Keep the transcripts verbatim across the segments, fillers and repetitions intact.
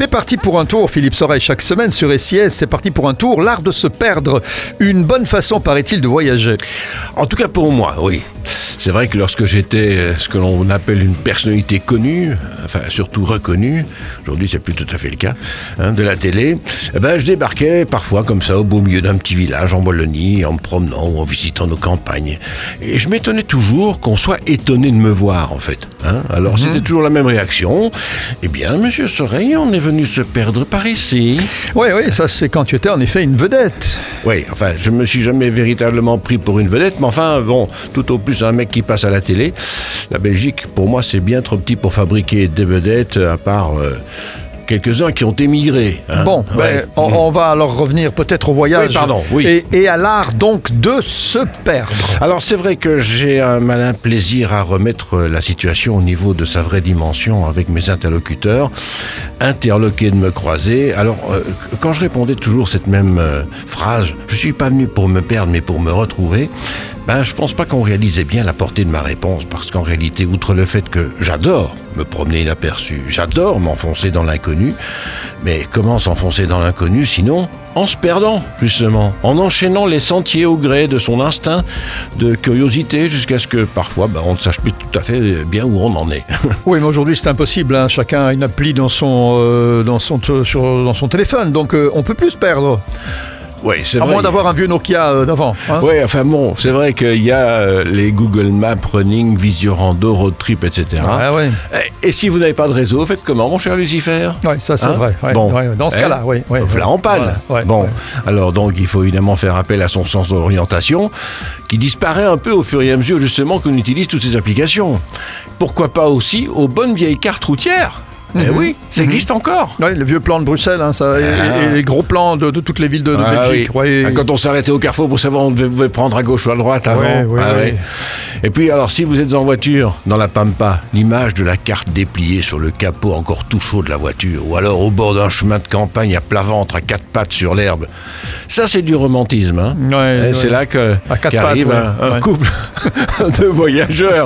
C'est parti pour un tour, Philippe Soreille, chaque semaine sur S I S. C'est parti pour un tour, l'art de se perdre. Une bonne façon, paraît-il, de voyager. En tout cas pour moi, oui. C'est vrai que lorsque j'étais ce que l'on appelle une personnalité connue, enfin surtout reconnue, aujourd'hui c'est plus tout à fait le cas, hein, de la télé, eh ben, je débarquais parfois comme ça au beau milieu d'un petit village en Wallonie, en me promenant ou en visitant nos campagnes. Et je m'étonnais toujours qu'on soit étonné de me voir en fait. Hein. Alors mm-hmm. c'était toujours la même réaction. Eh bien, monsieur Soreille, on est venu se perdre par ici. Oui, oui, ça c'est quand tu étais en effet une vedette. Oui, enfin, je me suis jamais véritablement pris pour une vedette, mais enfin, bon, tout au plus un mec qui passe à la télé. La Belgique, pour moi, c'est bien trop petit pour fabriquer des vedettes, à part euh, quelques-uns qui ont émigré. Hein. Bon, ouais. ben, on, on va alors revenir peut-être au voyage. Oui, pardon, oui. Et, et à l'art, donc, de se perdre. Alors, c'est vrai que j'ai un malin plaisir à remettre la situation au niveau de sa vraie dimension avec mes interlocuteurs, interloqués de me croiser. Alors, euh, quand je répondais toujours cette même euh, phrase, je suis pas venu pour me perdre, mais pour me retrouver, ben, je pense pas qu'on réalisait bien la portée de ma réponse, parce qu'en réalité, outre le fait que j'adore me promener inaperçu, j'adore m'enfoncer dans l'inconnu, mais comment s'enfoncer dans l'inconnu sinon en se perdant, justement, en enchaînant les sentiers au gré de son instinct de curiosité, jusqu'à ce que parfois ben, on ne sache plus tout à fait bien où on en est. Oui, mais aujourd'hui c'est impossible, hein. Chacun a une appli dans son, euh, dans son, t- sur, dans son téléphone, donc euh, on peut plus se perdre. Oui, c'est à vrai. moins d'avoir un vieux Nokia euh, d'avant. Hein. Oui, enfin bon, c'est vrai qu'il y a euh, les Google Maps, Running, Visiorando, Road Trip, et cetera. Ah, ouais. Et, et si vous n'avez pas de réseau, faites comment, mon cher Lucifer ? Oui, ça c'est hein vrai. Ouais, bon. ouais, dans ce eh, cas-là, oui. Ouais, voilà, en panne. Ouais, ouais, bon, ouais. Alors donc il faut évidemment faire appel à son sens d'orientation, qui disparaît un peu au fur et à mesure justement qu'on utilise toutes ces applications. Pourquoi pas aussi aux bonnes vieilles cartes routières ? Eh mmh. oui, ça mmh. existe encore. Oui, le vieux plan de Bruxelles, hein, ça, ah. et, et les gros plans de, de toutes les villes de, de ah, Belgique. Oui. Ouais. Ah, quand on s'arrêtait au carrefour pour savoir on devait prendre à gauche ou à droite avant. Ouais, ouais, ah, ouais. Ouais. Et puis alors, si vous êtes en voiture, dans la Pampa, l'image de la carte dépliée sur le capot encore tout chaud de la voiture, ou alors au bord d'un chemin de campagne à plat ventre, à quatre pattes sur l'herbe, ça c'est du romantisme. Hein. Ouais, ouais. C'est là que, qu'arrive pattes, un, ouais. un couple de voyageurs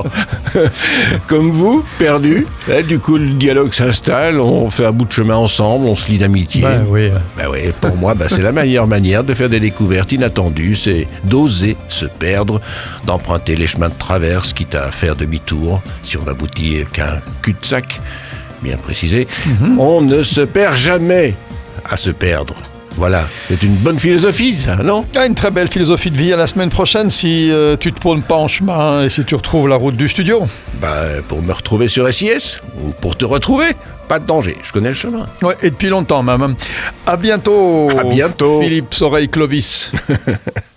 comme vous, perdus. Et du coup, le dialogue s'installe, on fait un bout de chemin ensemble, on se lie d'amitié. Ben oui. Ben oui, pour moi, ben c'est la meilleure manière de faire des découvertes inattendues, c'est d'oser se perdre, d'emprunter les chemins de traverse, quitte à faire demi-tour, si on n'aboutit qu'à un cul-de-sac, bien précisé. Mm-hmm. On ne se perd jamais à se perdre. Voilà, c'est une bonne philosophie, ça, non ? Ah, une très belle philosophie de vie. À la semaine prochaine, si euh, tu te prônes pas en chemin et si tu retrouves la route du studio. Bah, pour me retrouver sur S I S, ou pour te retrouver, pas de danger, je connais le chemin. Ouais, et depuis longtemps même. À bientôt. À bientôt. Philippe Soreille Clovis.